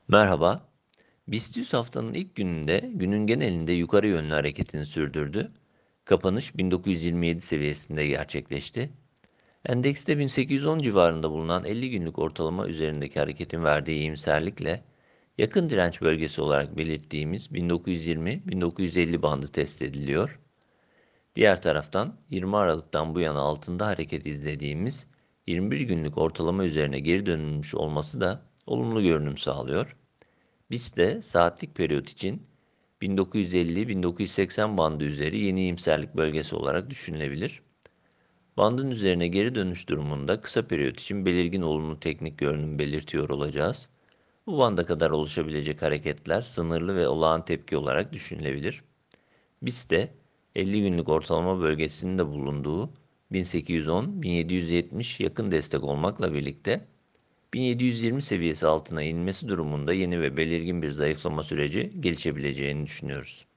Merhaba. BIST haftanın ilk gününde günün genelinde yukarı yönlü hareketini sürdürdü. Kapanış 1927 seviyesinde gerçekleşti. Endekste 1810 civarında bulunan 50 günlük ortalama üzerindeki hareketin verdiği iyimserlikle yakın direnç bölgesi olarak belirttiğimiz 1920-1950 bandı test ediliyor. Diğer taraftan 20 Aralık'tan bu yana altında hareket izlediğimiz 21 günlük ortalama üzerine geri dönülmüş olması da olumlu görünüm sağlıyor. BIST saatlik periyot için 1950-1980 bandı üzeri yeni iyimserlik bölgesi olarak düşünülebilir. Bandın üzerine geri dönüş durumunda kısa periyot için belirgin olumlu teknik görünüm belirtiyor olacağız. Bu banda kadar oluşabilecek hareketler sınırlı ve olağan tepki olarak düşünülebilir. BIST 50 günlük ortalama bölgesinin de bulunduğu 1810-1770 yakın destek olmakla birlikte 1720 seviyesi altına inmesi durumunda yeni ve belirgin bir zayıflama süreci gelişebileceğini düşünüyoruz.